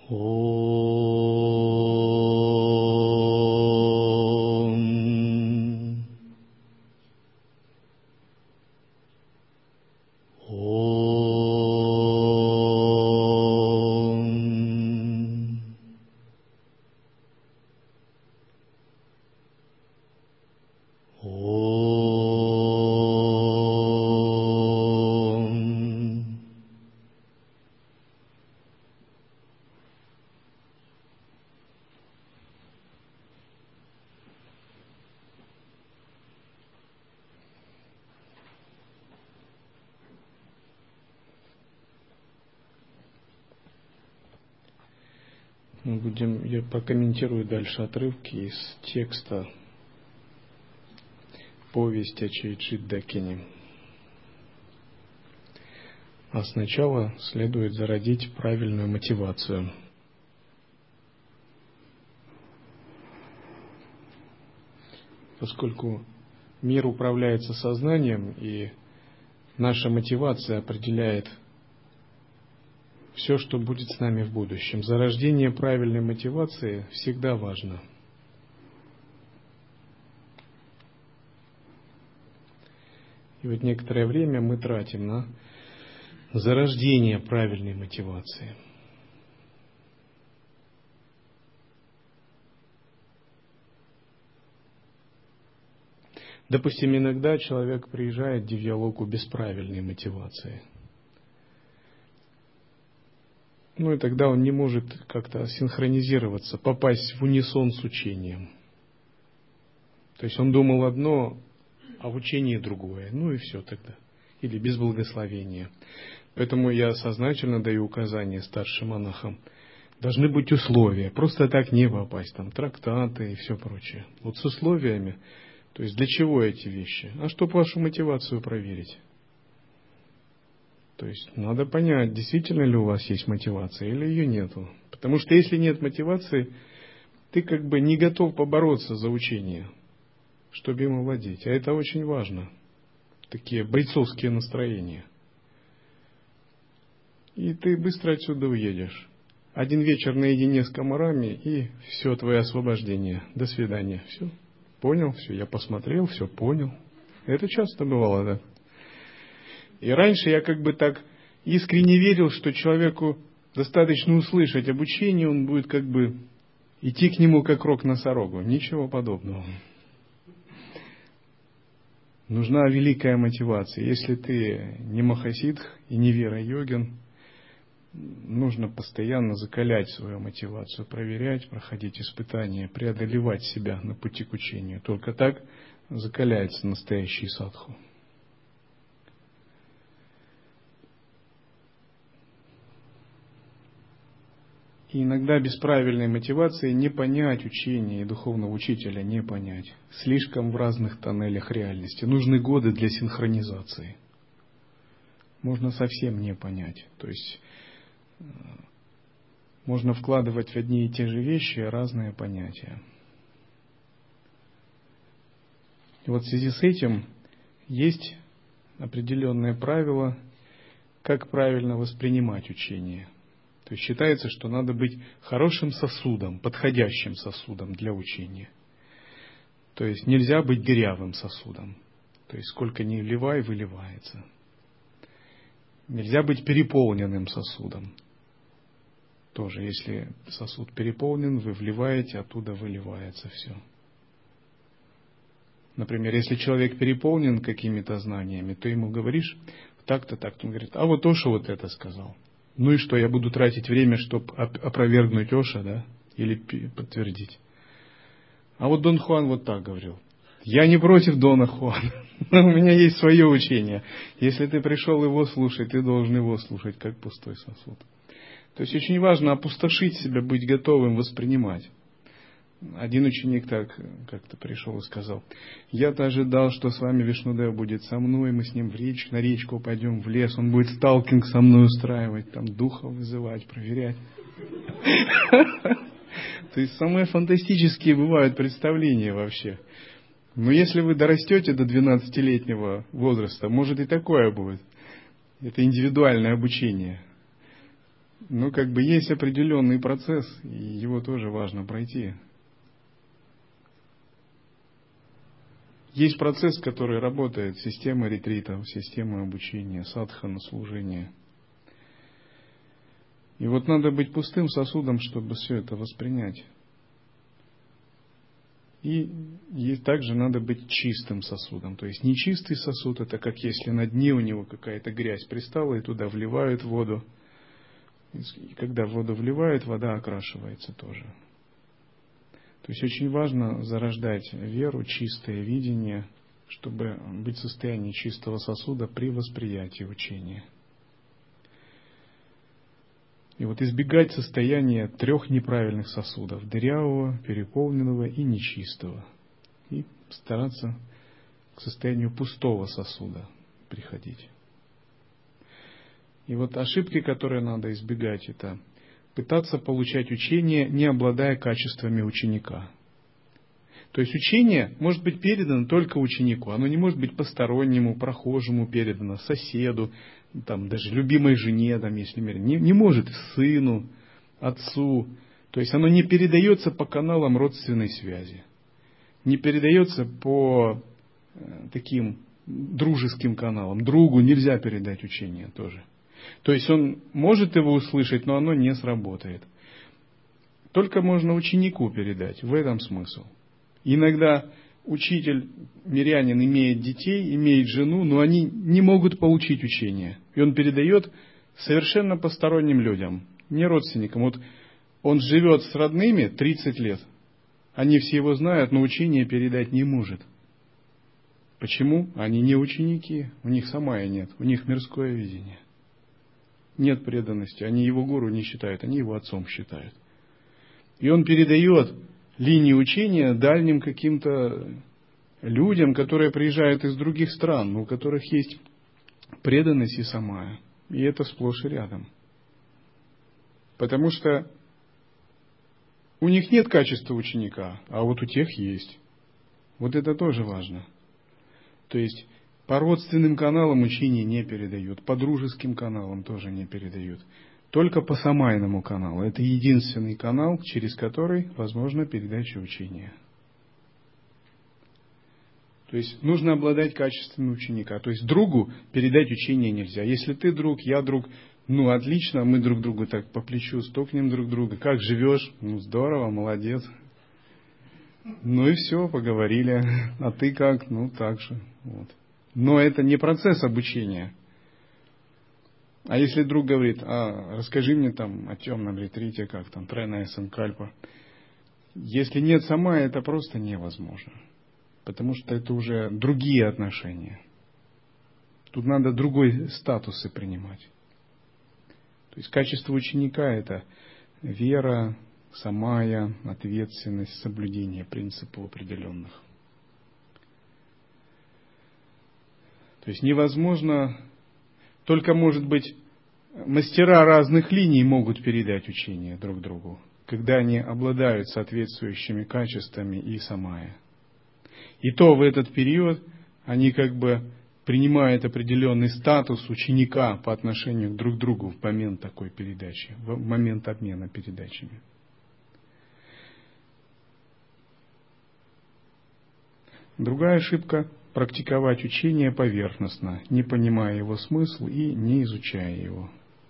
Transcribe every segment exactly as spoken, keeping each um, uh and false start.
Мы будем, я прокомментирую дальше отрывки из текста «Повесть о Чейджит Дакине». А сначала следует зародить правильную мотивацию. Поскольку мир управляется сознанием, и наша мотивация определяет все, что будет с нами в будущем. Зарождение правильной мотивации всегда важно. И вот некоторое время мы тратим на зарождение правильной мотивации. Допустим, иногда человек приезжает в дивьялоку без правильной мотивации. Ну и тогда он не может как-то синхронизироваться, попасть в унисон с учением. То есть он думал одно, а в учении другое. Ну и все тогда. Или без благословения. Поэтому я сознательно даю указания старшим монахам. Должны быть условия. Просто так не попасть. Там трактаты и все прочее. Вот с условиями. То есть для чего эти вещи? А чтобы вашу мотивацию проверить. То есть надо понять, действительно ли у вас есть мотивация или ее нету. Потому что если нет мотивации, ты как бы не готов побороться за учение, чтобы им овладеть. А это очень важно. Такие бойцовские настроения. И ты быстро отсюда уедешь. Один вечер наедине с комарами, и все, твое освобождение. До свидания. Все. Понял? Все. Я посмотрел, все понял. Это часто бывало, да. И раньше я как бы так искренне верил, что человеку достаточно услышать об учении, он будет как бы идти к нему как рог носорогу. Ничего подобного. Нужна великая мотивация. Если ты не махасидх и не вера-йогин, нужно постоянно закалять свою мотивацию, проверять, проходить испытания, преодолевать себя на пути к учению. Только так закаляется настоящий садху. И иногда без правильной мотивации не понять учение и духовного учителя, не понять. Слишком в разных тоннелях реальности. Нужны годы для синхронизации. Можно совсем не понять. То есть можно вкладывать в одни и те же вещи разные понятия. И вот в связи с этим есть определенные правила, как правильно воспринимать учение. То есть считается, что надо быть хорошим сосудом, подходящим сосудом для учения. То есть нельзя быть дырявым сосудом. То есть сколько ни вливай, выливается. Нельзя быть переполненным сосудом. Тоже, если сосуд переполнен, вы вливаете, оттуда выливается все. Например, если человек переполнен какими-то знаниями, то ему говоришь так-то, так-то. Он говорит, а вот Оша вот это сказал. Ну и что, я буду тратить время, чтобы опровергнуть Оша, да? Или подтвердить. А вот Дон Хуан вот так говорил. Я не против Дона Хуана. У меня есть свое учение. Если ты пришел его слушать, ты должен его слушать, как пустой сосуд. То есть очень важно опустошить себя, быть готовым воспринимать. Один ученик так как-то пришел и сказал, я-то ожидал, что с вами Вишнудев будет со мной, мы с ним в реч, на речку пойдем, в лес, он будет сталкинг со мной устраивать, там духов вызывать, проверять. То есть самые фантастические бывают представления вообще. Но если вы дорастете до двенадцатилетнего возраста, может и такое будет. Это индивидуальное обучение. Ну, как бы есть определенный процесс, и его тоже важно пройти. Есть процесс, который работает, система ретритов, система обучения, садхана, служения. И вот надо быть пустым сосудом, чтобы все это воспринять. И, и также надо быть чистым сосудом. То есть нечистый сосуд — это как если на дне у него какая-то грязь пристала, и туда вливают воду. И когда воду вливают, вода окрашивается тоже. То есть очень важно зарождать веру, чистое видение, чтобы быть в состоянии чистого сосуда при восприятии учения. И вот избегать состояния трех неправильных сосудов: дырявого, переполненного и нечистого. И стараться к состоянию пустого сосуда приходить. И вот ошибки, которые надо избегать, это пытаться получать учение, не обладая качествами ученика. То есть учение может быть передано только ученику. Оно не может быть постороннему, прохожему передано, соседу, там, даже любимой жене, там, если не, не может сыну, отцу. То есть оно не передается по каналам родственной связи. Не передается по э, таким дружеским каналам. Другу нельзя передать учение тоже. То есть он может его услышать, но оно не сработает. Только можно ученику передать. В этом смысл. Иногда учитель, мирянин, имеет детей, имеет жену, но они не могут получить учение. И он передает совершенно посторонним людям, не родственникам. Вот он живет с родными тридцать лет. Они все его знают, но учение передать не может. Почему? Они не ученики, у них самая нет, у них мирское видение. Нет преданности, они его гуру не считают, они его отцом считают. И он передает линии учения дальним каким-то людям, которые приезжают из других стран, у которых есть преданность и самая. И это сплошь и рядом. Потому что у них нет качества ученика, а вот у тех есть. Вот это тоже важно. То есть по родственным каналам учение не передают, по дружеским каналам тоже не передают. Только по самайному каналу. Это единственный канал, через который возможна передача учения. То есть нужно обладать качествами ученика. То есть другу передать учение нельзя. Если ты друг, я друг, ну отлично, мы друг другу так по плечу стукнем друг друга. Как живешь? Ну здорово, молодец. Ну и все, поговорили. А ты как? Ну так же. Вот. Но это не процесс обучения. А если друг говорит: а расскажи мне там о темном ретрите, как там тройная санкальпа. Если нет сама, это просто невозможно. Потому что это уже другие отношения. Тут надо другой статусы принимать. То есть качество ученика — это вера, самая, ответственность, соблюдение принципов определенных. То есть невозможно, только, может быть, мастера разных линий могут передать учение друг другу, когда они обладают соответствующими качествами и самая. И то в этот период они как бы принимают определенный статус ученика по отношению друг к другу в момент такой передачи, в момент обмена передачами. Другая ошибка — практиковать учение поверхностно, не понимая его смысл и не изучая его.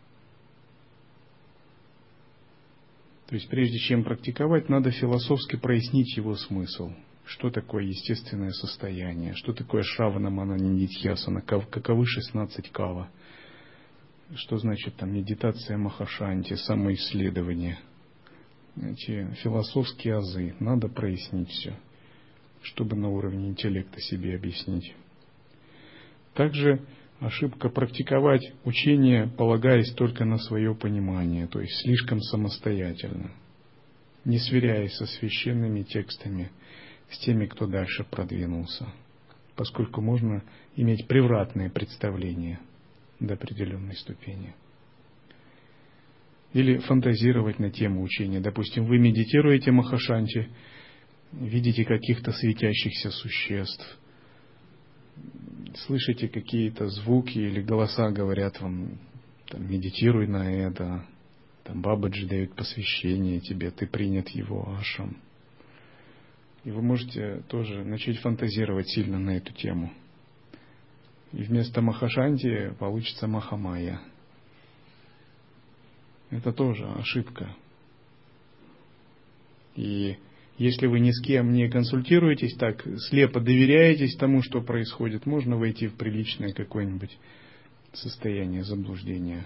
То есть прежде чем практиковать, надо философски прояснить его смысл. Что такое естественное состояние, что такое шравана манана нидхьясана, каковы шестнадцать кава, что значит там медитация махашанти, самоисследование. Эти философские азы надо прояснить все, чтобы на уровне интеллекта себе объяснить. Также ошибка практиковать учение, полагаясь только на свое понимание, то есть слишком самостоятельно, не сверяясь со священными текстами, с теми, кто дальше продвинулся, поскольку можно иметь превратные представления до определенной ступени. Или фантазировать на тему учения. Допустим, вы медитируете махашанти, видите каких-то светящихся существ, слышите какие-то звуки или голоса говорят вам: там, медитируй на это, там Бабаджи дает посвящение тебе, ты принят в его ашрам. И вы можете тоже начать фантазировать сильно на эту тему. И вместо Махашанти получится Махамая. Это тоже ошибка. И если вы ни с кем не консультируетесь, так слепо доверяетесь тому, что происходит, можно войти в приличное какое-нибудь состояние заблуждения.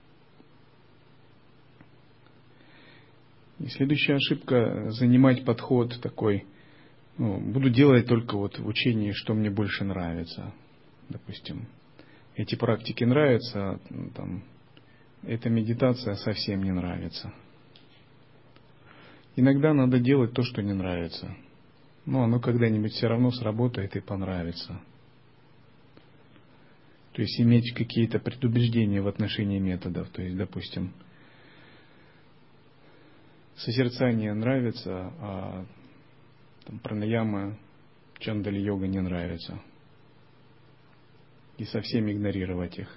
И следующая ошибка — занимать подход такой: ну, буду делать только вот в учении, что мне больше нравится. Допустим, эти практики нравятся, там, эта медитация совсем не нравится. Иногда надо делать то, что не нравится. Но оно когда-нибудь все равно сработает и понравится. То есть иметь какие-то предубеждения в отношении методов. То есть, допустим, созерцание нравится, а там, пранаяма, чандали-йога не нравится. И совсем игнорировать их.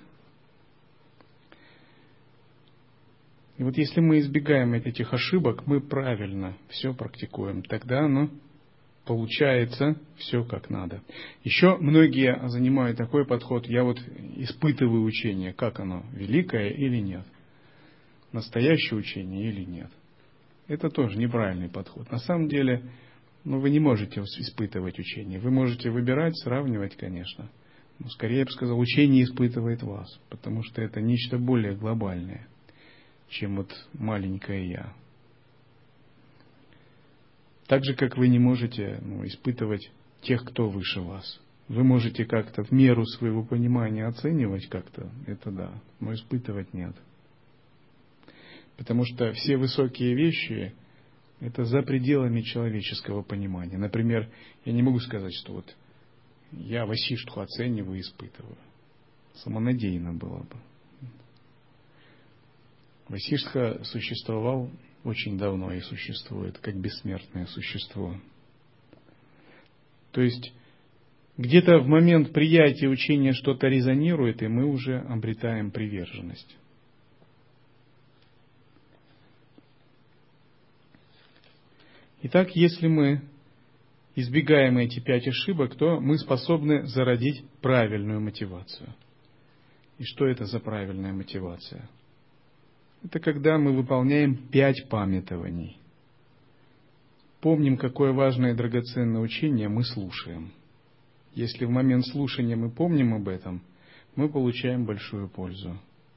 И вот если мы избегаем этих ошибок, мы правильно все практикуем, тогда оно получается все как надо. Еще многие занимают такой подход: я вот испытываю учение, как оно, великое или нет, настоящее учение или нет. Это тоже неправильный подход. На самом деле, ну, вы не можете испытывать учение. Вы можете выбирать, сравнивать, конечно. Но скорее, я бы сказал, учение испытывает вас, потому что это нечто более глобальное, чем вот маленькое «я». Так же, как вы не можете ну, испытывать тех, кто выше вас. Вы можете как-то в меру своего понимания оценивать как-то, это да, но испытывать нет. Потому что все высокие вещи — это за пределами человеческого понимания. Например, я не могу сказать, что вот я Васиштху оцениваю и испытываю. Самонадеянно было бы. Васиштха существовал очень давно и существует, как бессмертное существо. То есть, где-то в момент приятия учения что-то резонирует, и мы уже обретаем приверженность. Итак, если мы избегаем эти пять ошибок, то мы способны зародить правильную мотивацию. И что это за правильная мотивация? Это когда мы выполняем пять памятований. Помним, какое важное и драгоценное учение мы слушаем. Если в момент слушания мы помним об этом, мы получаем большую пользу.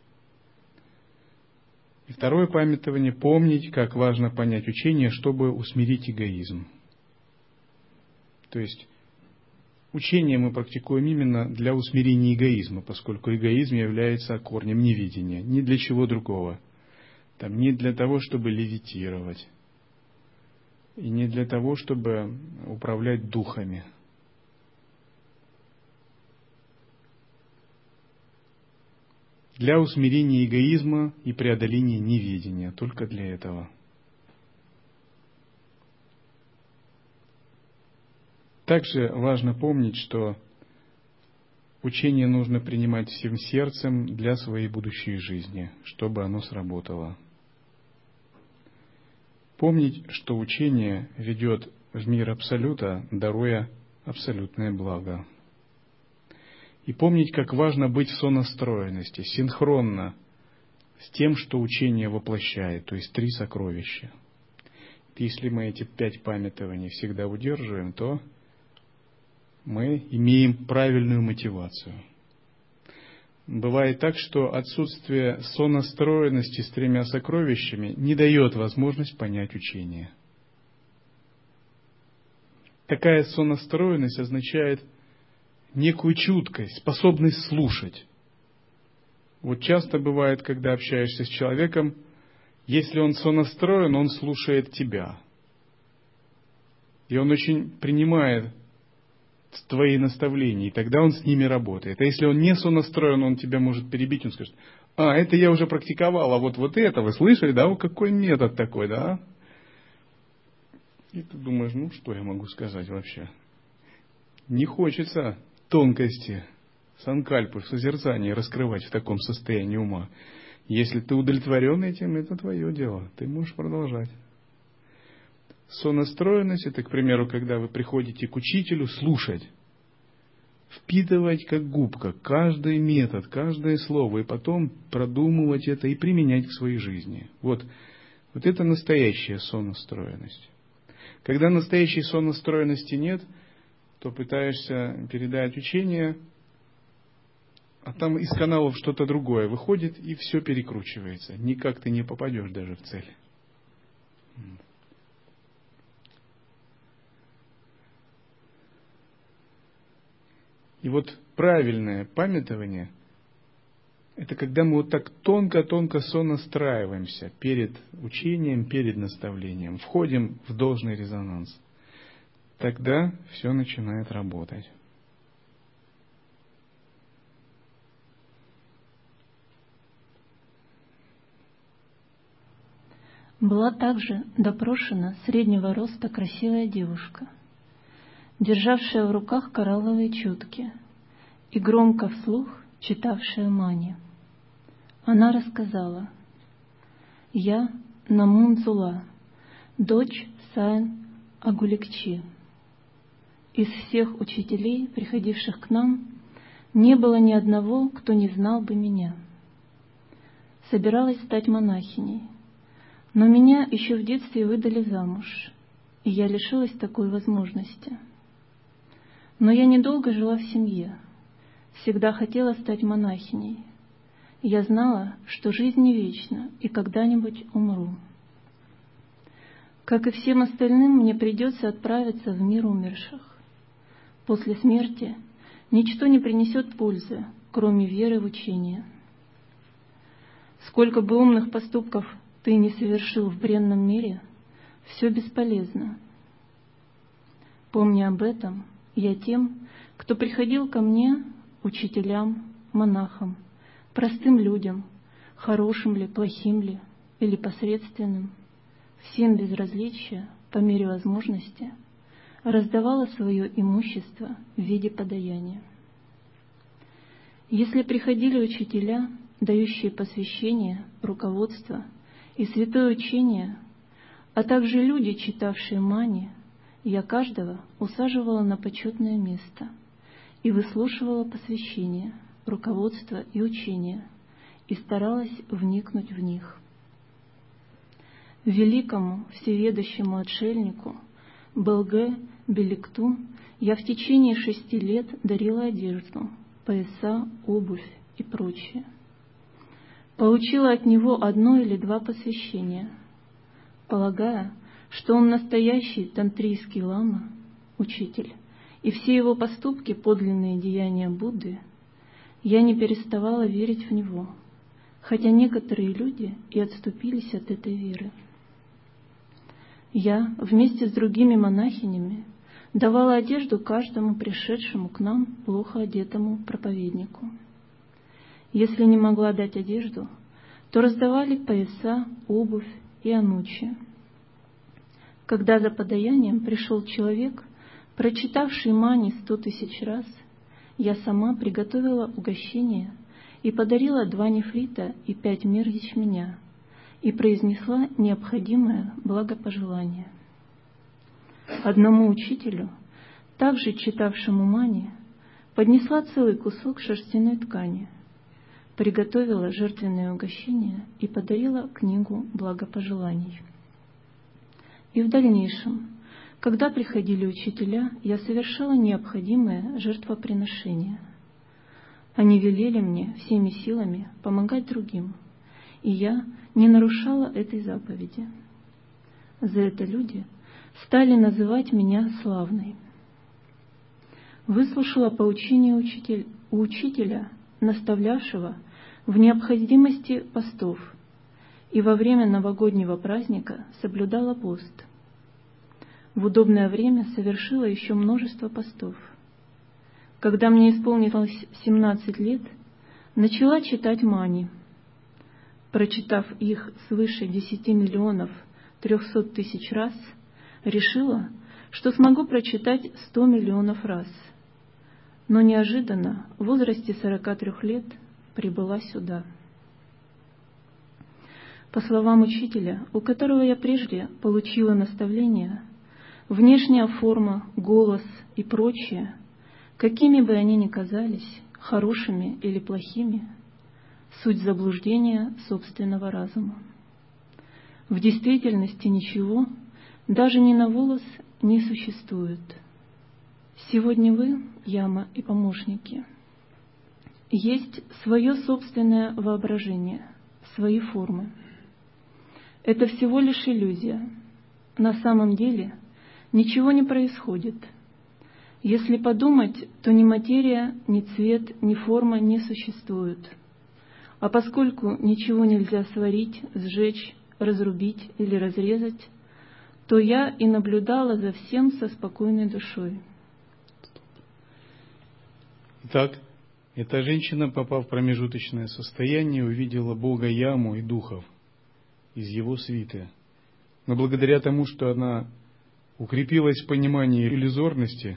И второе памятование — помнить, как важно понять учение, чтобы усмирить эгоизм. То есть учение мы практикуем именно для усмирения эгоизма, поскольку эгоизм является корнем невидения, ни для чего другого. Там не для того, чтобы левитировать, и не для того, чтобы управлять духами. Для усмирения эгоизма и преодоления неведения, только для этого. Также важно помнить, что учение нужно принимать всем сердцем для своей будущей жизни, чтобы оно сработало. Помнить, что учение ведет в мир Абсолюта, даруя абсолютное благо. И помнить, как важно быть в сонастроенности, синхронно с тем, что учение воплощает, то есть три сокровища. Если мы эти пять памятований всегда удерживаем, то мы имеем правильную мотивацию. Бывает так, что отсутствие сонастроенности с тремя сокровищами не дает возможность понять учение. Такая сонастроенность означает некую чуткость, способность слушать. Вот часто бывает, когда общаешься с человеком, если он сонастроен, он слушает тебя. И он очень принимает твои наставления, и тогда он с ними работает. А если он не сонастроен, он тебя может перебить, он скажет: а, это я уже практиковал, а вот, вот это, вы слышали, да, вот какой метод такой, да? И ты думаешь, ну, что я могу сказать вообще? Не хочется тонкости санкальпы в созерцании раскрывать в таком состоянии ума. Если ты удовлетворен этим, это твое дело, ты можешь продолжать. Сонастроенность — это, к примеру, когда вы приходите к учителю слушать, впитывать как губка каждый метод, каждое слово, и потом продумывать это и применять в своей жизни. Вот, вот это настоящая сонастроенность. Когда настоящей сонастроенности нет, то пытаешься передать учение, а там из каналов что-то другое выходит, и все перекручивается. Никак ты не попадешь даже в цель. И вот правильное памятование — это когда мы вот так тонко-тонко сонастраиваемся перед учением, перед наставлением, входим в должный резонанс. Тогда все начинает работать. Была также допрошена среднего роста красивая девушка, державшая в руках коралловые четки и громко вслух читавшая мани. Она рассказала: «Я Намун Зула, дочь Сайн Агуликчи. Из всех учителей, приходивших к нам, не было ни одного, кто не знал бы меня. Собиралась стать монахиней, но меня еще в детстве выдали замуж, и я лишилась такой возможности. Но я недолго жила в семье, всегда хотела стать монахиней. Я знала, что жизнь не вечна, и когда-нибудь умру. Как и всем остальным, мне придется отправиться в мир умерших. После смерти ничто не принесет пользы, кроме веры в учение. Сколько бы умных поступков ты не совершил в бренном мире, все бесполезно. Помня об этом, я тем, кто приходил ко мне, учителям, монахам, простым людям, хорошим ли, плохим ли, или посредственным, всем без различия, по мере возможности, раздавала свое имущество в виде подаяния. Если приходили учителя, дающие посвящение, руководство и святое учение, а также люди, читавшие мани, я каждого усаживала на почетное место и выслушивала посвящение, руководство и учение, и старалась вникнуть в них. Великому всеведущему отшельнику Белге Беликту я в течение шести лет дарила одежду, пояса, обувь и прочее. Получила от него одно или два посвящения, полагая, что он настоящий тантрийский лама, учитель, и все его поступки — подлинные деяния Будды. Я не переставала верить в него, хотя некоторые люди и отступились от этой веры. Я вместе с другими монахинями давала одежду каждому пришедшему к нам плохо одетому проповеднику. Если не могла дать одежду, то раздавали пояса, обувь и анучи. Когда за подаянием пришел человек, прочитавший мани сто тысяч раз, я сама приготовила угощение и подарила два нефрита и пять мер ячменя, и произнесла необходимое благопожелание. Одному учителю, также читавшему мани, поднесла целый кусок шерстяной ткани, приготовила жертвенное угощение и подарила книгу благопожеланий. И в дальнейшем, когда приходили учителя, я совершала необходимое жертвоприношение. Они велели мне всеми силами помогать другим, и я не нарушала этой заповеди. За это люди стали называть меня славной. Выслушала поучение учитель, у учителя, наставлявшего в необходимости постов, и во время новогоднего праздника соблюдала пост. В удобное время совершила еще множество постов. Когда мне исполнилось семнадцать лет, начала читать мани. Прочитав их свыше десяти миллионов трехсот тысяч раз, решила, что смогу прочитать сто миллионов раз. Но неожиданно в возрасте сорока трех лет прибыла сюда. По словам учителя, у которого я прежде получила наставление, внешняя форма, голос и прочее, какими бы они ни казались, хорошими или плохими, суть заблуждения собственного разума. В действительности ничего, даже ни на волос, не существует. Сегодня вы, яма и помощники, есть свое собственное воображение, свои формы. Это всего лишь иллюзия. На самом деле ничего не происходит. Если подумать, то ни материя, ни цвет, ни форма не существуют. А поскольку ничего нельзя сварить, сжечь, разрубить или разрезать, то я и наблюдала за всем со спокойной душой. Итак, эта женщина, попав в промежуточное состояние, увидела Бога Яму и духов из его свиты. Но благодаря тому, что она укрепилась в понимании иллюзорности,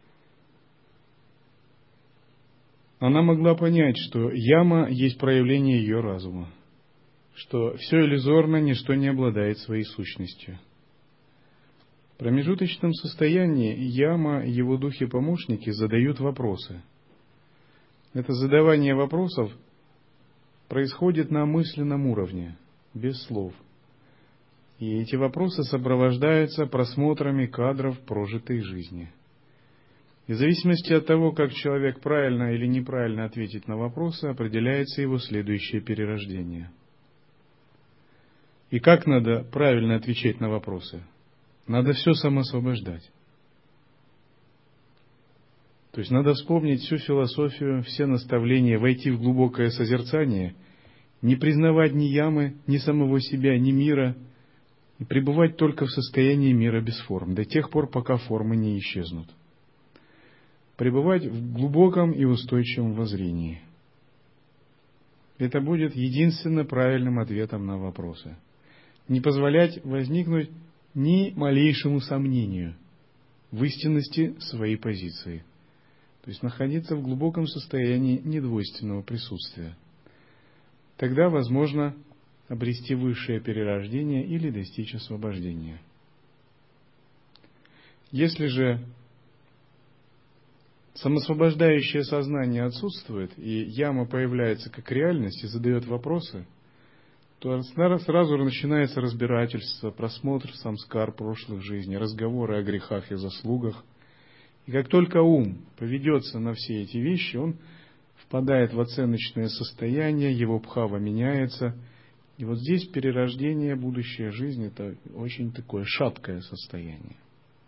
она могла понять, что яма есть проявление ее разума, что все иллюзорно, ничто не обладает своей сущностью. В промежуточном состоянии яма и его духи-помощники задают вопросы. Это задавание вопросов происходит на мысленном уровне, без слов. И эти вопросы сопровождаются просмотрами кадров прожитой жизни. И в зависимости от того, как человек правильно или неправильно ответит на вопросы, определяется его следующее перерождение. И как надо правильно отвечать на вопросы? Надо все самоосвобождать. То есть надо вспомнить всю философию, все наставления, войти в глубокое созерцание, не признавать ни ямы, ни самого себя, ни мира, и пребывать только в состоянии мира без форм, до тех пор, пока формы не исчезнут. Пребывать в глубоком и устойчивом воззрении. Это будет единственно правильным ответом на вопросы. Не позволять возникнуть ни малейшему сомнению в истинности своей позиции. То есть находиться в глубоком состоянии недвойственного присутствия. Тогда возможно обрести высшее перерождение или достичь освобождения. Если же самосвобождающее сознание отсутствует, и яма появляется как реальность и задает вопросы, то сразу начинается разбирательство, просмотр самскар прошлых жизней, разговоры о грехах и заслугах. И как только ум поведется на все эти вещи, он впадает в оценочное состояние, его бхава меняется. И вот здесь перерождение, будущая жизнь – это очень такое шаткое состояние.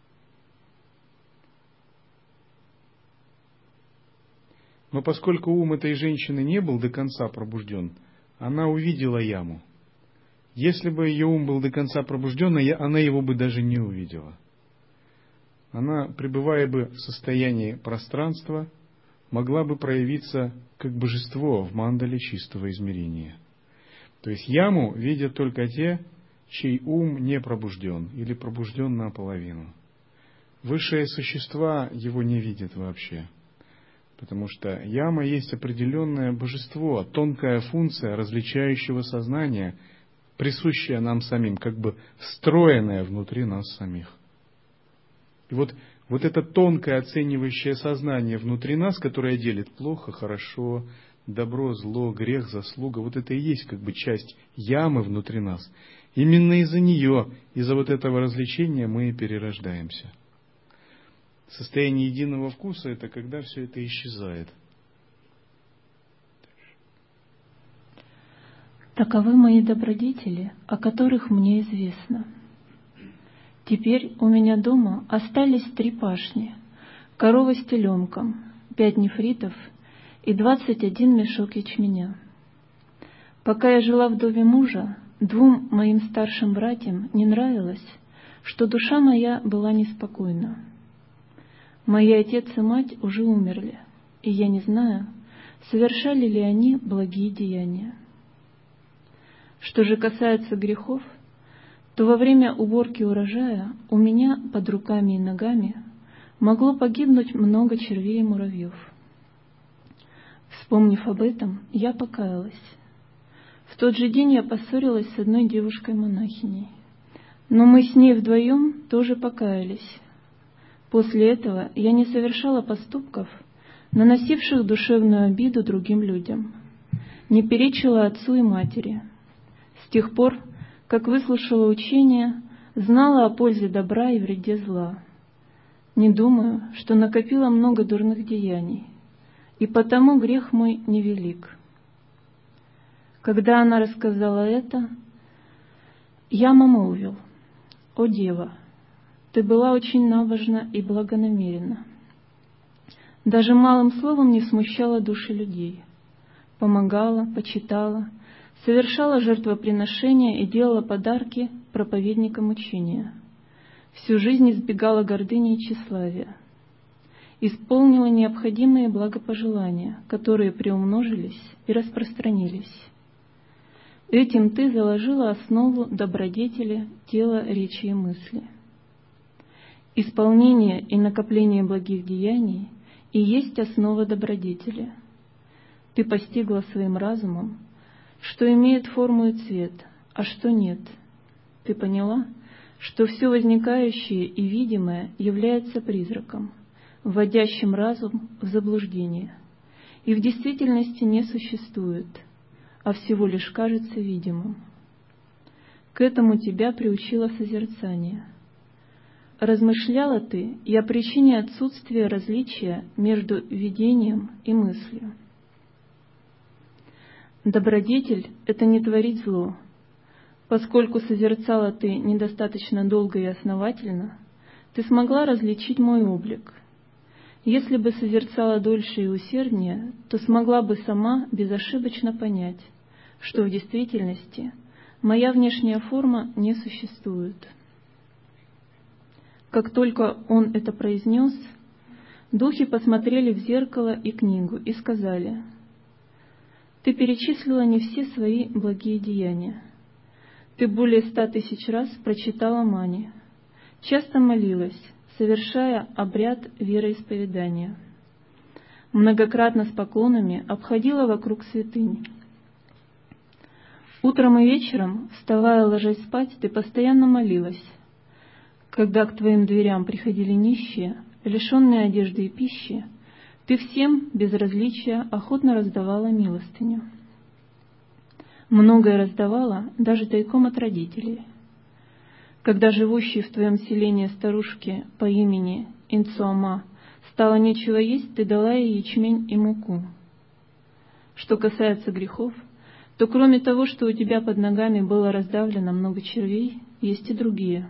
Но поскольку ум этой женщины не был до конца пробужден, она увидела яму. Если бы ее ум был до конца пробужден, она его бы даже не увидела. Она, пребывая бы в состоянии пространства, могла бы проявиться как божество в мандале чистого измерения. То есть яму видят только те, чей ум не пробужден или пробужден наполовину. Высшие существа его не видят вообще. Потому что яма есть определенное божество, тонкая функция различающего сознания, присущая нам самим, как бы встроенная внутри нас самих. И вот, вот это тонкое оценивающее сознание внутри нас, которое делит плохо, хорошо, добро, зло, грех, заслуга, вот это и есть как бы часть ямы внутри нас. Именно из-за нее, из-за вот этого развлечения мы и перерождаемся. Состояние единого вкуса – это когда все это исчезает. Таковы мои добродетели, о которых мне известно. Теперь у меня дома остались три пашни, корова с теленком, пять нефритов и двадцать один мешок ячменя. Пока я жила в доме мужа, двум моим старшим братьям не нравилось, что душа моя была неспокойна. Мои отец и мать уже умерли, и я не знаю, совершали ли они благие деяния. Что же касается грехов, то во время уборки урожая у меня под руками и ногами могло погибнуть много червей и муравьев. Вспомнив об этом, я покаялась. В тот же день я поссорилась с одной девушкой-монахиней, но мы с ней вдвоем тоже покаялись. После этого я не совершала поступков, наносивших душевную обиду другим людям, не перечила отцу и матери. С тех пор, как выслушала учение, знала о пользе добра и вреде зла. Не думаю, что накопила много дурных деяний, и потому грех мой невелик. Когда она рассказала это, Яма молвил: «О дева, ты была очень набожна и благонамеренна. Даже малым словом не смущала души людей, помогала, почитала, совершала жертвоприношения и делала подарки проповедникам учения. Всю жизнь избегала гордыни и тщеславия. Исполнила необходимые благопожелания, которые приумножились и распространились. Этим ты заложила основу добродетели тела, речи и мысли. Исполнение и накопление благих деяний и есть основа добродетели. Ты постигла своим разумом, что имеет форму и цвет, а что нет. Ты поняла, что все возникающее и видимое является призраком, вводящим разум в заблуждение, и в действительности не существует, а всего лишь кажется видимым. К этому тебя приучило созерцание. Размышляла ты и о причине отсутствия различия между видением и мыслью. Добродетель — это не творить зло. Поскольку созерцала ты недостаточно долго и основательно, ты смогла различить мой облик. Если бы созерцала дольше и усерднее, то смогла бы сама безошибочно понять, что в действительности моя внешняя форма не существует». Как только он это произнес, духи посмотрели в зеркало и книгу и сказали: «Ты перечислила не все свои благие деяния. Ты более ста тысяч раз прочитала Мани, часто молилась, совершая обряд вероисповедания, многократно с поклонами обходила вокруг святынь. Утром и вечером, вставая и ложась спать, ты постоянно молилась. Когда к твоим дверям приходили нищие, лишенные одежды и пищи, ты всем без различия охотно раздавала милостыню. Многое раздавала даже тайком от родителей. Когда живущей в твоем селении старушке по имени Инцуама стало нечего есть, ты дала ей ячмень и муку. Что касается грехов, то кроме того, что у тебя под ногами было раздавлено много червей, есть и другие.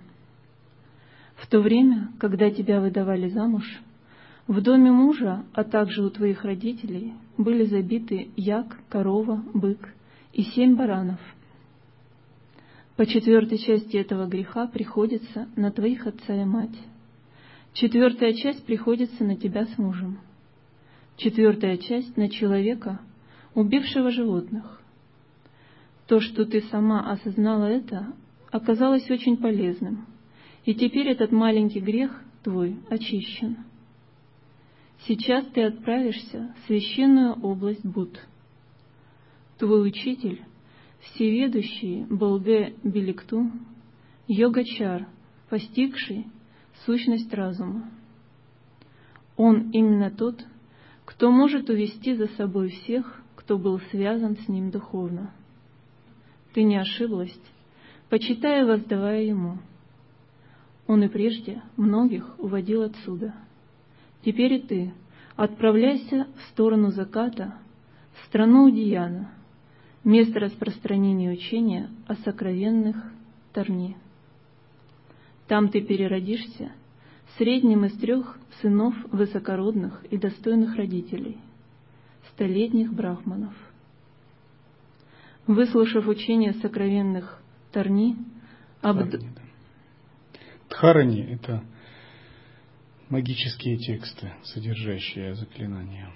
В то время, когда тебя выдавали замуж, в доме мужа, а также у твоих родителей, были забиты як, корова, бык и семь баранов. По четвертой части этого греха приходится на твоих отца и мать. Четвертая часть приходится на тебя с мужем. Четвертая часть на человека, убившего животных. То, что ты сама осознала это, оказалось очень полезным, и теперь этот маленький грех твой очищен. Сейчас ты отправишься в священную область Буд. Твой учитель, всеведущий Болге Беликту, йогачар, постигший сущность разума. Он именно тот, кто может увести за собой всех, кто был связан с ним духовно. Ты не ошиблась, почитая и воздавая ему. Он и прежде многих уводил отсюда. Теперь и ты отправляйся в сторону заката, в страну Удияна, место распространения учения о сокровенных Тарни. Там ты переродишься средним из трех сынов высокородных и достойных родителей, столетних брахманов. Выслушав учение сокровенных Тарни, Абд... Дхарани, да. Дхарани — это магические тексты, содержащие заклинания.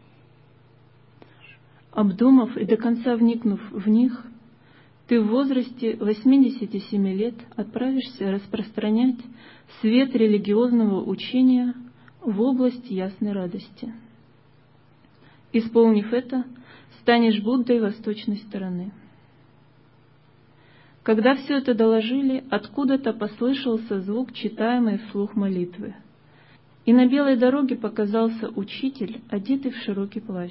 Обдумав и до конца вникнув в них, ты в возрасте восьмидесяти семи лет отправишься распространять свет религиозного учения в область ясной радости. Исполнив это, станешь Буддой восточной стороны. Когда все это доложили, откуда-то послышался звук читаемой вслух молитвы. И на белой дороге показался учитель, одетый в широкий плащ.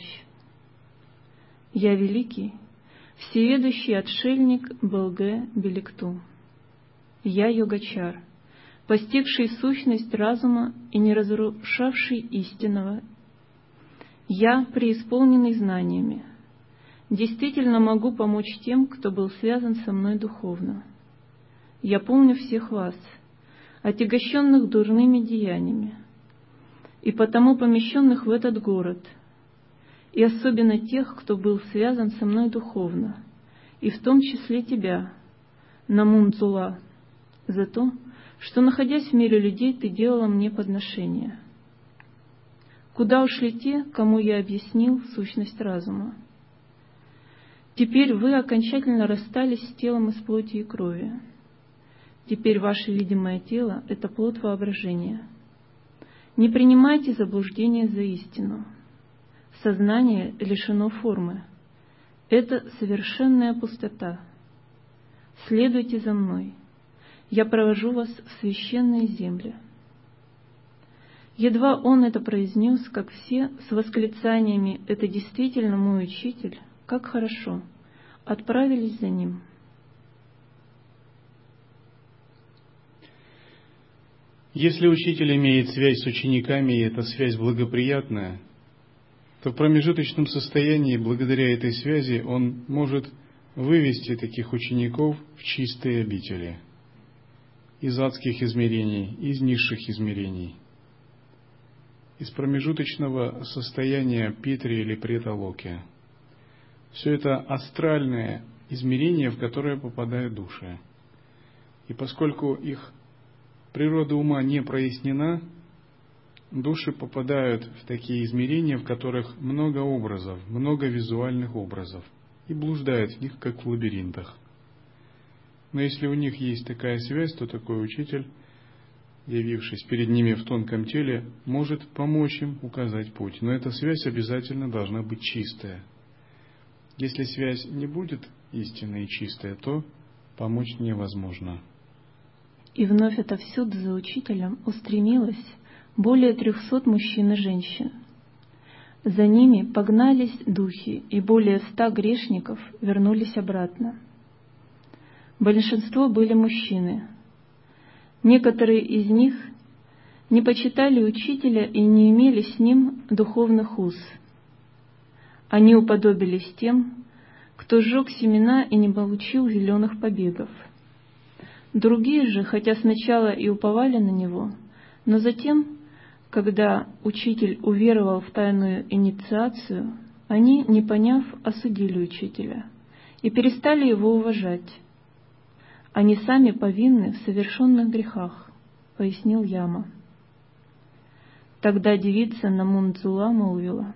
Я великий, всеведущий отшельник Белге Беликту. Я Йогачар, постигший сущность разума и не разрушавший истинного. Я, преисполненный знаниями, действительно могу помочь тем, кто был связан со мной духовно. Я помню всех вас, отягощенных дурными деяниями, и потому помещенных в этот город, и особенно тех, кто был связан со мной духовно, и в том числе тебя, Намун-Дзула, за то, что, находясь в мире людей, ты делала мне подношения. Куда ушли те, кому я объяснил сущность разума? Теперь вы окончательно расстались с телом из плоти и крови. Теперь ваше видимое тело — это плод воображения. Не принимайте заблуждение за истину. Сознание лишено формы. Это совершенная пустота. Следуйте за мной. Я провожу вас в священные земли. Едва он это произнес, как все с восклицаниями «Это действительно мой учитель, как хорошо!» отправились за ним. Если учитель имеет связь с учениками, и эта связь благоприятная, то в промежуточном состоянии, благодаря этой связи, он может вывести таких учеников в чистые обители, из адских измерений, из низших измерений, из промежуточного состояния Питри или Преталоки. Все это астральное измерение, в которое попадают души. И поскольку их природа ума не прояснена, души попадают в такие измерения, в которых много образов, много визуальных образов, и блуждают в них, как в лабиринтах. Но если у них есть такая связь, то такой учитель, явившись перед ними в тонком теле, может помочь им указать путь. Но эта связь обязательно должна быть чистая. Если связь не будет истинной и чистая, то помочь невозможно. И вновь отовсюду за учителем устремилось более трехсот мужчин и женщин. За ними погнались духи, и более ста грешников вернулись обратно. Большинство были мужчины. Некоторые из них не почитали учителя и не имели с ним духовных уз. Они уподобились тем, кто сжег семена и не получил зеленых побегов. Другие же, хотя сначала и уповали на него, но затем, когда учитель уверовал в тайную инициацию, они, не поняв, осудили учителя и перестали его уважать. Они сами повинны в совершенных грехах, пояснил Яма. Тогда девица Намун-Дзула молвила: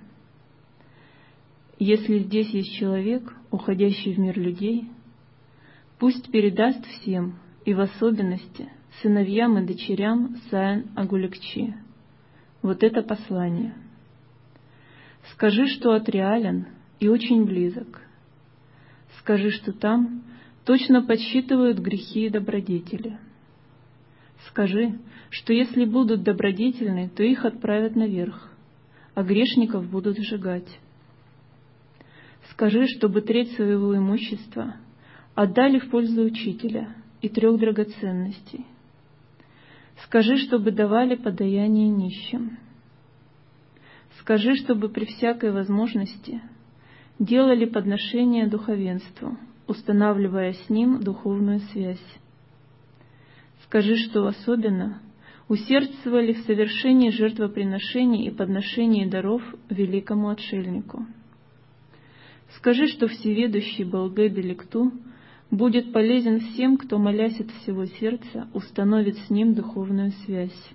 если здесь есть человек, уходящий в мир людей, пусть передаст всем, и в особенности сыновьям и дочерям Саян-Агулекчи, вот это послание. Скажи, что отреален и очень близок. Скажи, что там точно подсчитывают грехи и добродетели. Скажи, что если будут добродетельны, то их отправят наверх, а грешников будут сжигать. Скажи, чтобы треть своего имущества отдали в пользу учителя и трех драгоценностей. Скажи, чтобы давали подаяние нищим. Скажи, чтобы при всякой возможности делали подношения духовенству, устанавливая с ним духовную связь. Скажи, что особенно усердствовали в совершении жертвоприношений и подношений даров великому отшельнику. Скажи, что всеведущий Белге Беликту будет полезен всем, кто, молясь от всего сердца, установит с ним духовную связь.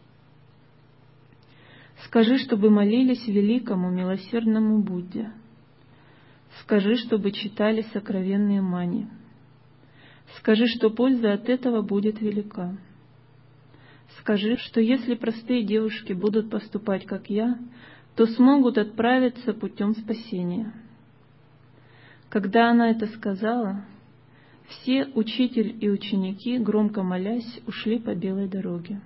Скажи, чтобы молились великому милосердному Будде. Скажи, чтобы читали сокровенные мани. Скажи, что польза от этого будет велика. Скажи, что если простые девушки будут поступать, как я, то смогут отправиться путем спасения. Когда она это сказала, Все, учитель и ученики, громко молясь, ушли по белой дороге.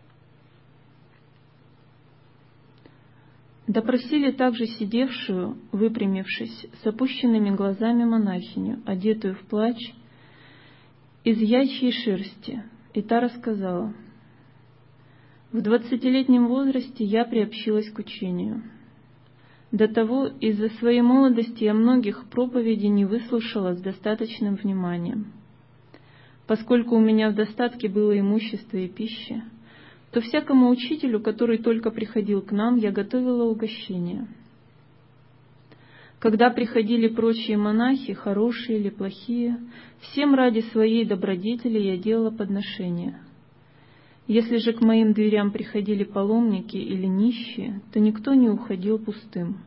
Допросили также сидевшую, выпрямившись, с опущенными глазами монахиню, одетую в плащ из ячьей шерсти, и та рассказала: «В двадцатилетнем возрасте я приобщилась к учению. До того из-за своей молодости я многих проповедей не выслушала с достаточным вниманием. Поскольку у меня в достатке было имущество и пища, то всякому учителю, который только приходил к нам, я готовила угощение. Когда приходили прочие монахи, хорошие или плохие, всем ради своей добродетели я делала подношения. Если же к моим дверям приходили паломники или нищие, то никто не уходил пустым.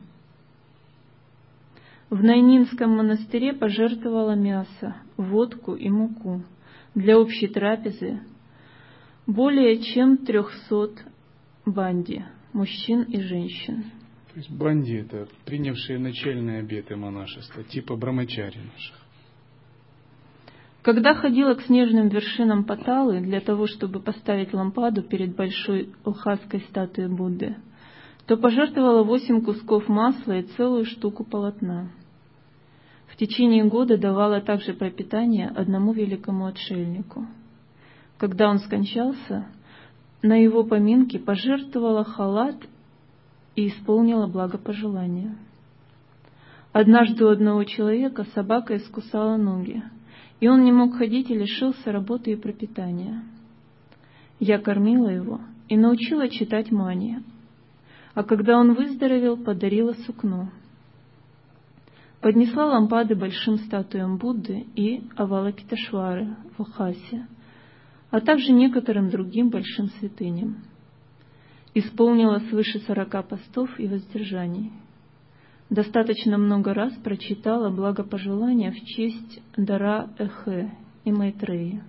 В Найнинском монастыре пожертвовала мясо, водку и муку для общей трапезы более чем трехсот банди, мужчин и женщин». То есть банди — это принявшие начальные обеты монашества, типа брамачари наших. Когда ходила к снежным вершинам Паталы для того, чтобы поставить лампаду перед большой лхасской статуей Будды, то пожертвовала восемь кусков масла и целую штуку полотна. В течение года давала также пропитание одному великому отшельнику. Когда он скончался, на его поминки пожертвовала халат и исполнила благопожелание. Однажды у одного человека собака искусала ноги, и он не мог ходить и лишился работы и пропитания. Я кормила его и научила читать мани, а когда он выздоровел, подарила сукно. Поднесла лампады большим статуям Будды и Авалокитешвары в Лхасе, а также некоторым другим большим святыням. Исполнила свыше сорока постов и воздержаний. Достаточно много раз прочитала благопожелания в честь Дара Эхе и Майтреи.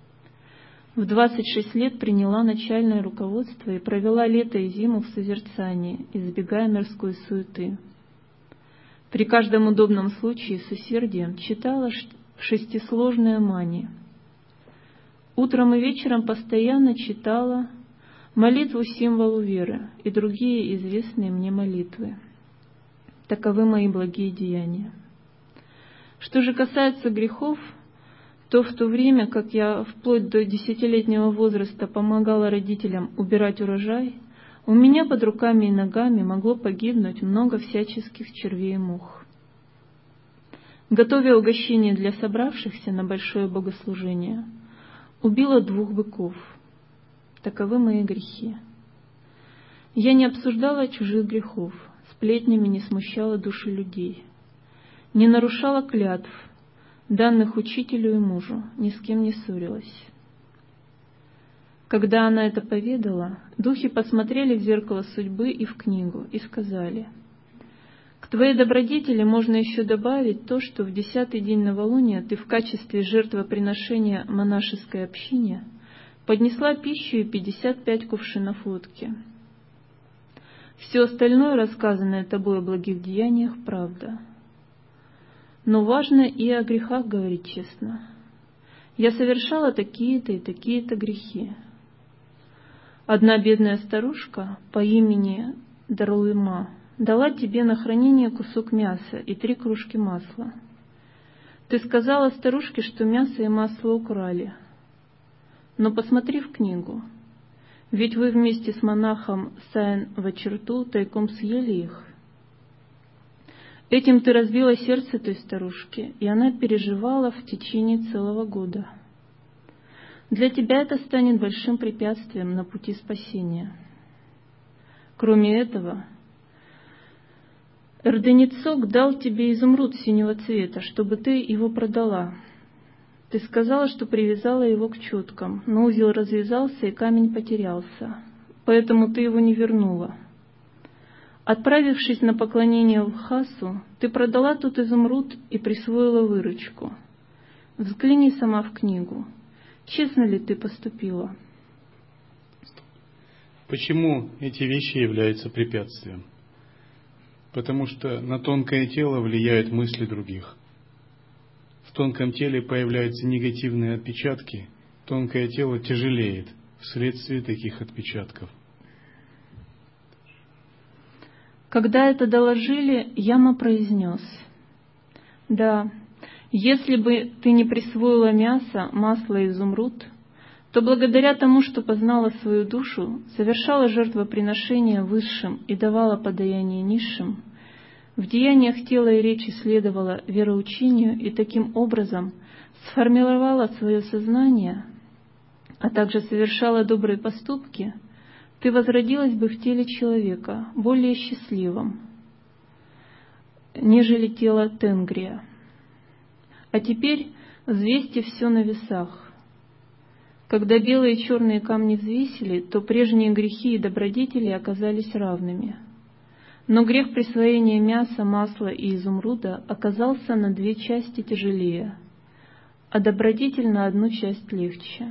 В двадцать шесть лет приняла начальное руководство и провела лето и зиму в созерцании, избегая мирской суеты. При каждом удобном случае с усердием читала шестисложные мани. Утром и вечером постоянно читала молитву символу веры и другие известные мне молитвы. Таковы мои благие деяния. Что же касается грехов, то в то время, как я вплоть до десятилетнего возраста помогала родителям убирать урожай, у меня под руками и ногами могло погибнуть много всяческих червей и мух. Готовя угощение для собравшихся на большое богослужение, убила двух быков. Таковы мои грехи. Я не обсуждала чужих грехов, сплетнями не смущала души людей, не нарушала клятв, данных учителю и мужу, ни с кем не ссорилась. Когда она это поведала, духи посмотрели в зеркало судьбы и в книгу и сказали: «К твоей добродетели можно еще добавить то, что в десятый день новолуния ты в качестве жертвоприношения монашеской общине поднесла пищу и пятьдесят пять кувшинов водки. Все остальное, рассказанное тобой о благих деяниях, правда. Но важно и о грехах говорить честно. Я совершала такие-то и такие-то грехи. Одна бедная старушка по имени Дарлыма дала тебе на хранение кусок мяса и три кружки масла. Ты сказала старушке, что мясо и масло украли. Но посмотри в книгу, ведь вы вместе с монахом Сайн Вачерту тайком съели их. Этим ты разбила сердце той старушки, и она переживала в течение целого года. Для тебя это станет большим препятствием на пути спасения. Кроме этого, Эрденецок дал тебе изумруд синего цвета, чтобы ты его продала. Ты сказала, что привязала его к четкам, но узел развязался и камень потерялся, поэтому ты его не вернула. Отправившись на поклонение в Лхасу, ты продала тут изумруд и присвоила выручку. Взгляни сама в книгу. Честно ли ты поступила? Почему эти вещи являются препятствием? Потому что на тонкое тело влияют мысли других. в тонком теле появляются негативные отпечатки, тонкое тело тяжелеет вследствие таких отпечатков. Когда это доложили, Яма произнес: «Да, если бы ты не присвоила мясо, масло и изумруд, то благодаря тому, что познала свою душу, совершала жертвоприношения высшим и давала подаяние низшим, в деяниях тела и речи следовала вероучению и таким образом сформировала свое сознание, а также совершала добрые поступки, ты возродилась бы в теле человека, более счастливым, нежели тело Тенгрия. А теперь взвесьте все на весах. Когда белые и черные камни взвесили, то прежние грехи и добродетели оказались равными. Но грех присвоения мяса, масла и изумруда оказался на две части тяжелее, а добродетель на одну часть легче.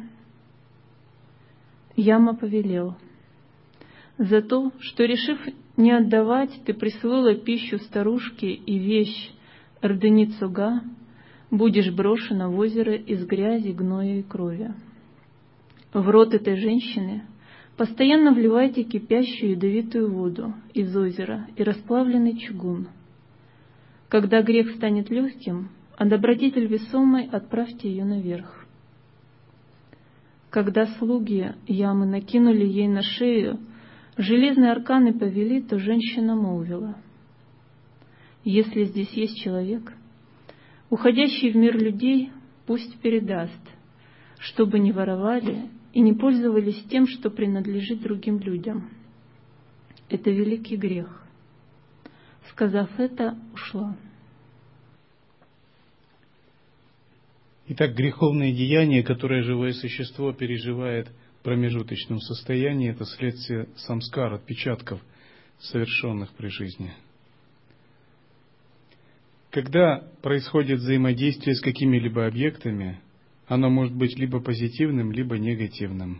Яма повелел: за то, что, решив не отдавать, ты присвоила пищу старушке и вещь Эрденицуга, будешь брошена в озеро из грязи, гноя и крови. В рот этой женщины постоянно вливайте кипящую ядовитую воду из озера и расплавленный чугун. Когда грех станет легким, а добродетель весомой, отправьте ее наверх. Когда слуги Ямы накинули ей на шею железные арканы повели, то женщина молвила: если здесь есть человек, уходящий в мир людей, пусть передаст, чтобы не воровали и не пользовались тем, что принадлежит другим людям. Это великий грех. Сказав это, ушла. Итак, греховные деяния, которые живое существо переживает в промежуточном состоянии, это следствие самскар, отпечатков, совершенных при жизни. Когда происходит взаимодействие с какими-либо объектами, оно может быть либо позитивным, либо негативным.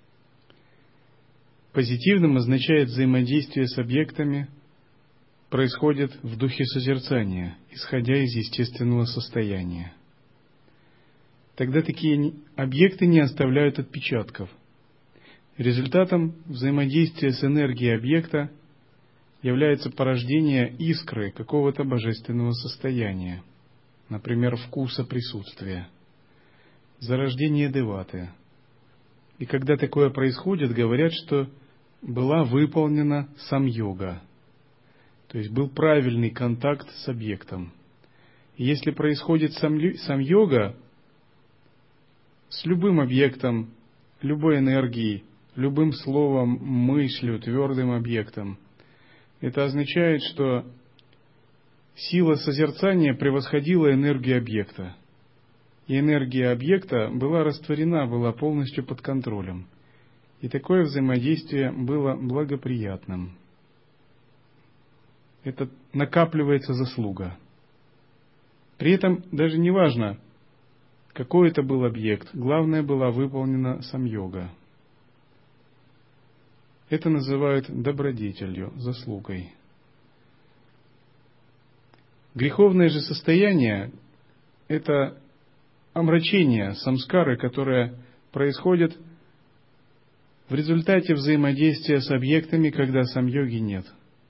Позитивным означает взаимодействие с объектами происходит в духе созерцания, исходя из естественного состояния. Тогда такие объекты не оставляют отпечатков. Результатом взаимодействия с энергией объекта является порождение искры какого-то божественного состояния, например, вкуса присутствия, зарождение деваты. И когда такое происходит, говорят, что была выполнена самьога, то есть был правильный контакт с объектом. И если происходит самьога с любым объектом, любой энергией, любым словом, мыслью, твердым объектом, это означает, что сила созерцания превосходила энергию объекта. И энергия объекта была растворена, была полностью под контролем. И такое взаимодействие было благоприятным. Это накапливается заслуга. При этом даже не важно, какой это был объект, главное, была выполнена самьога. Это называют добродетелью, заслугой. Греховное же состояние – это омрачение, самскары, которое происходит в результате взаимодействия с объектами, когда самьоги нет.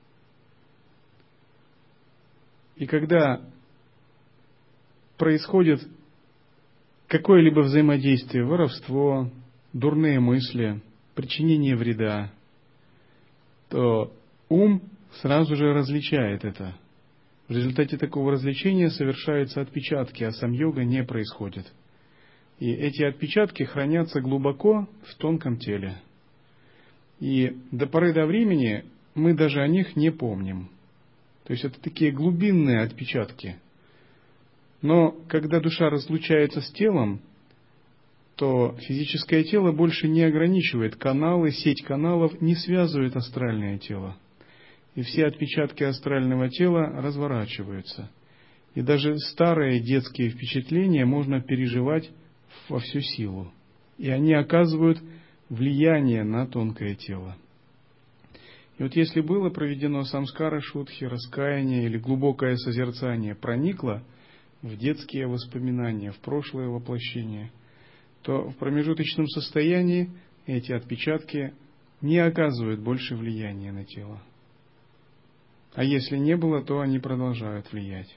И когда происходит какое-либо взаимодействие, воровство, дурные мысли, причинение вреда, то ум сразу же различает это. В результате такого развлечения совершаются отпечатки, а самьога не происходит. И эти отпечатки хранятся глубоко в тонком теле. И до поры до времени мы даже о них не помним. То есть это такие глубинные отпечатки. Но когда душа разлучается с телом, то физическое тело больше не ограничивает каналы, сеть каналов не связывает астральное тело. И все отпечатки астрального тела разворачиваются. И даже старые детские впечатления можно переживать во всю силу. И они оказывают влияние на тонкое тело. И вот если было проведено самскара шудхи, раскаяние или глубокое созерцание проникло в детские воспоминания, в прошлое воплощение, то в промежуточном состоянии эти отпечатки не оказывают больше влияния на тело. А если не было, то они продолжают влиять.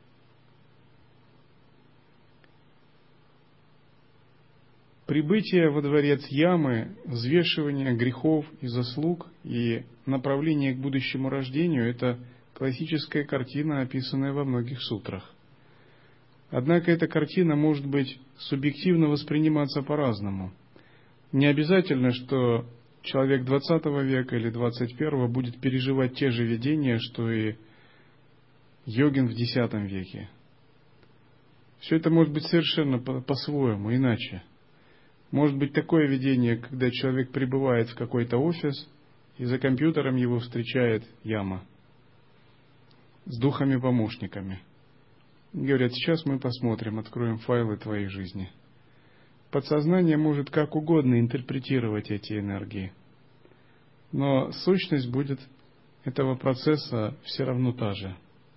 Прибытие во дворец Ямы, взвешивание грехов и заслуг и направление к будущему рождению – это классическая картина, описанная во многих сутрах. Однако эта картина может быть субъективно восприниматься по-разному. Не обязательно, что человек двадцатого века или двадцать первого будет переживать те же видения, что и йогин в десятом веке. Все это может быть совершенно по-своему, иначе. Может быть такое видение, когда человек прибывает в какой-то офис, и за компьютером его встречает яма с духами-помощниками. Говорят, сейчас мы посмотрим, откроем файлы твоей жизни. Подсознание может как угодно интерпретировать эти энергии, но сущность будет этого процесса все равно та же.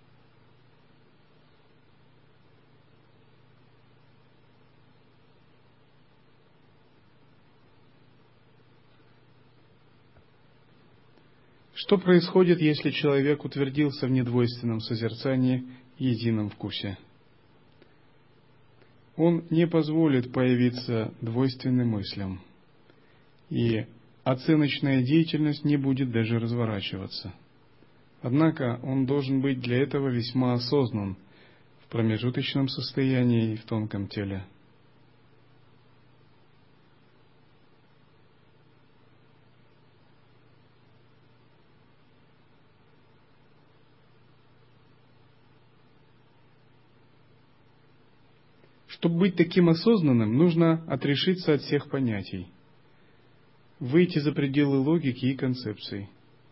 Что происходит, если человек утвердился в недвойственном созерцании и едином вкусе? Он не позволит появиться двойственным мыслям, и оценочная деятельность не будет даже разворачиваться. Однако он должен быть для этого весьма осознан в промежуточном состоянии и в тонком теле. Чтобы быть таким осознанным, нужно отрешиться от всех понятий, выйти за пределы логики и концепций.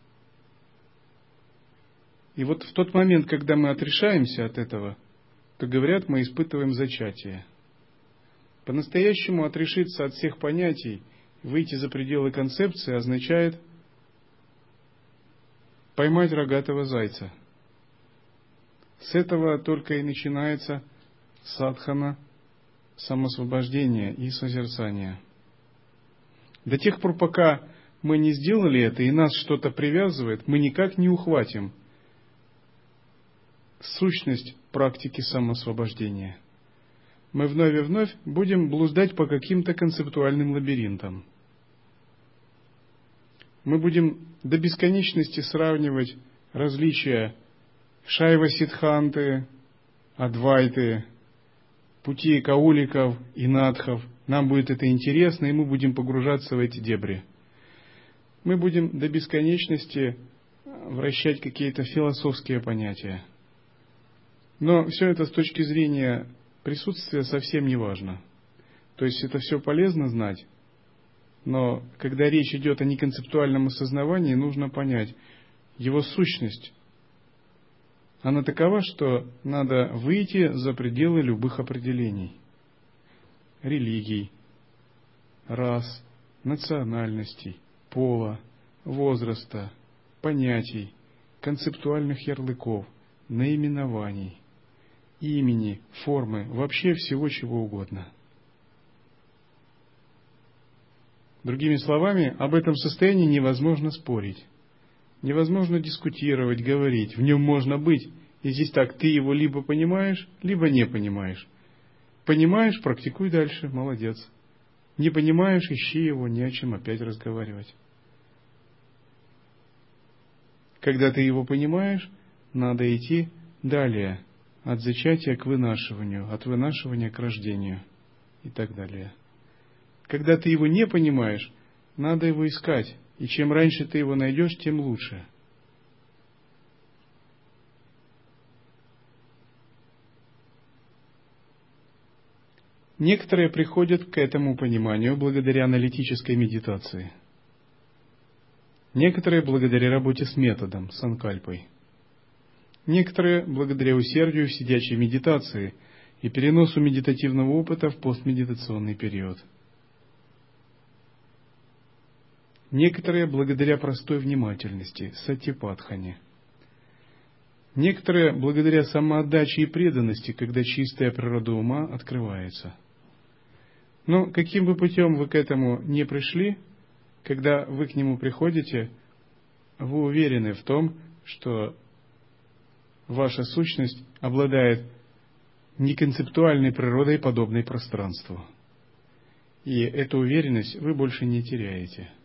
И вот в тот момент, когда мы отрешаемся от этого, то, говорят, мы испытываем зачатие. По-настоящему отрешиться от всех понятий, выйти за пределы концепции означает поймать рогатого зайца. С этого только и начинается садхана, самосвобождение и созерцание. До тех пор, пока мы не сделали это и нас что-то привязывает, мы никак не ухватим сущность практики самосвобождения. Мы вновь и вновь будем блуждать по каким-то концептуальным лабиринтам. Мы будем до бесконечности сравнивать различия Шайва-Сиддханты, Адвайты, пути кауликов и надхов. Нам будет это интересно, и мы будем погружаться в эти дебри. Мы будем до бесконечности вращать какие-то философские понятия. Но все это с точки зрения присутствия совсем не важно. То есть это все полезно знать, но когда речь идет о неконцептуальном осознавании, нужно понять его сущность. Она такова, что надо выйти за пределы любых определений, религий, рас, национальностей, пола, возраста, понятий, концептуальных ярлыков, наименований, имени, формы, вообще всего чего угодно. Другими словами, об этом состоянии невозможно спорить. Невозможно дискутировать, говорить, в нем можно быть. И здесь так, ты его либо понимаешь, либо не понимаешь. Понимаешь, практикуй дальше, молодец. Не понимаешь, ищи его, не о чем опять разговаривать. Когда ты его понимаешь, надо идти далее, от зачатия к вынашиванию, от вынашивания к рождению и так далее. Когда ты его не понимаешь, надо его искать. И чем раньше ты его найдешь, тем лучше. Некоторые приходят к этому пониманию благодаря аналитической медитации. Некоторые благодаря работе с методом, санкальпой. Некоторые благодаря усердию в сидячей медитации и переносу медитативного опыта в постмедитационный период. Некоторые благодаря простой внимательности, сатипатхане. Некоторые благодаря самоотдаче и преданности, когда чистая природа ума открывается. Но каким бы путем вы к этому не пришли, когда вы к нему приходите, вы уверены в том, что ваша сущность обладает неконцептуальной природой, подобной пространству. И эту уверенность вы больше не теряете.